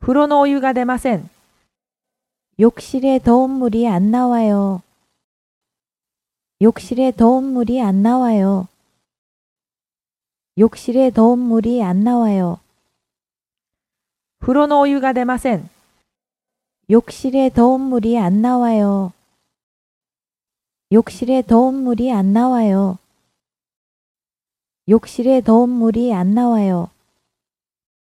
風呂のお湯が出ません。 욕실에 더운 물이 안 나와요. 욕실에 더운 물이 안 나와요. 욕실에 더운 물이 안 나와요. 風呂のお湯が出ません。 욕실에 더운 물이 안 나와요. 욕실에 더운 물이 안 나와요. 욕실에 더운 물이 안 나와요.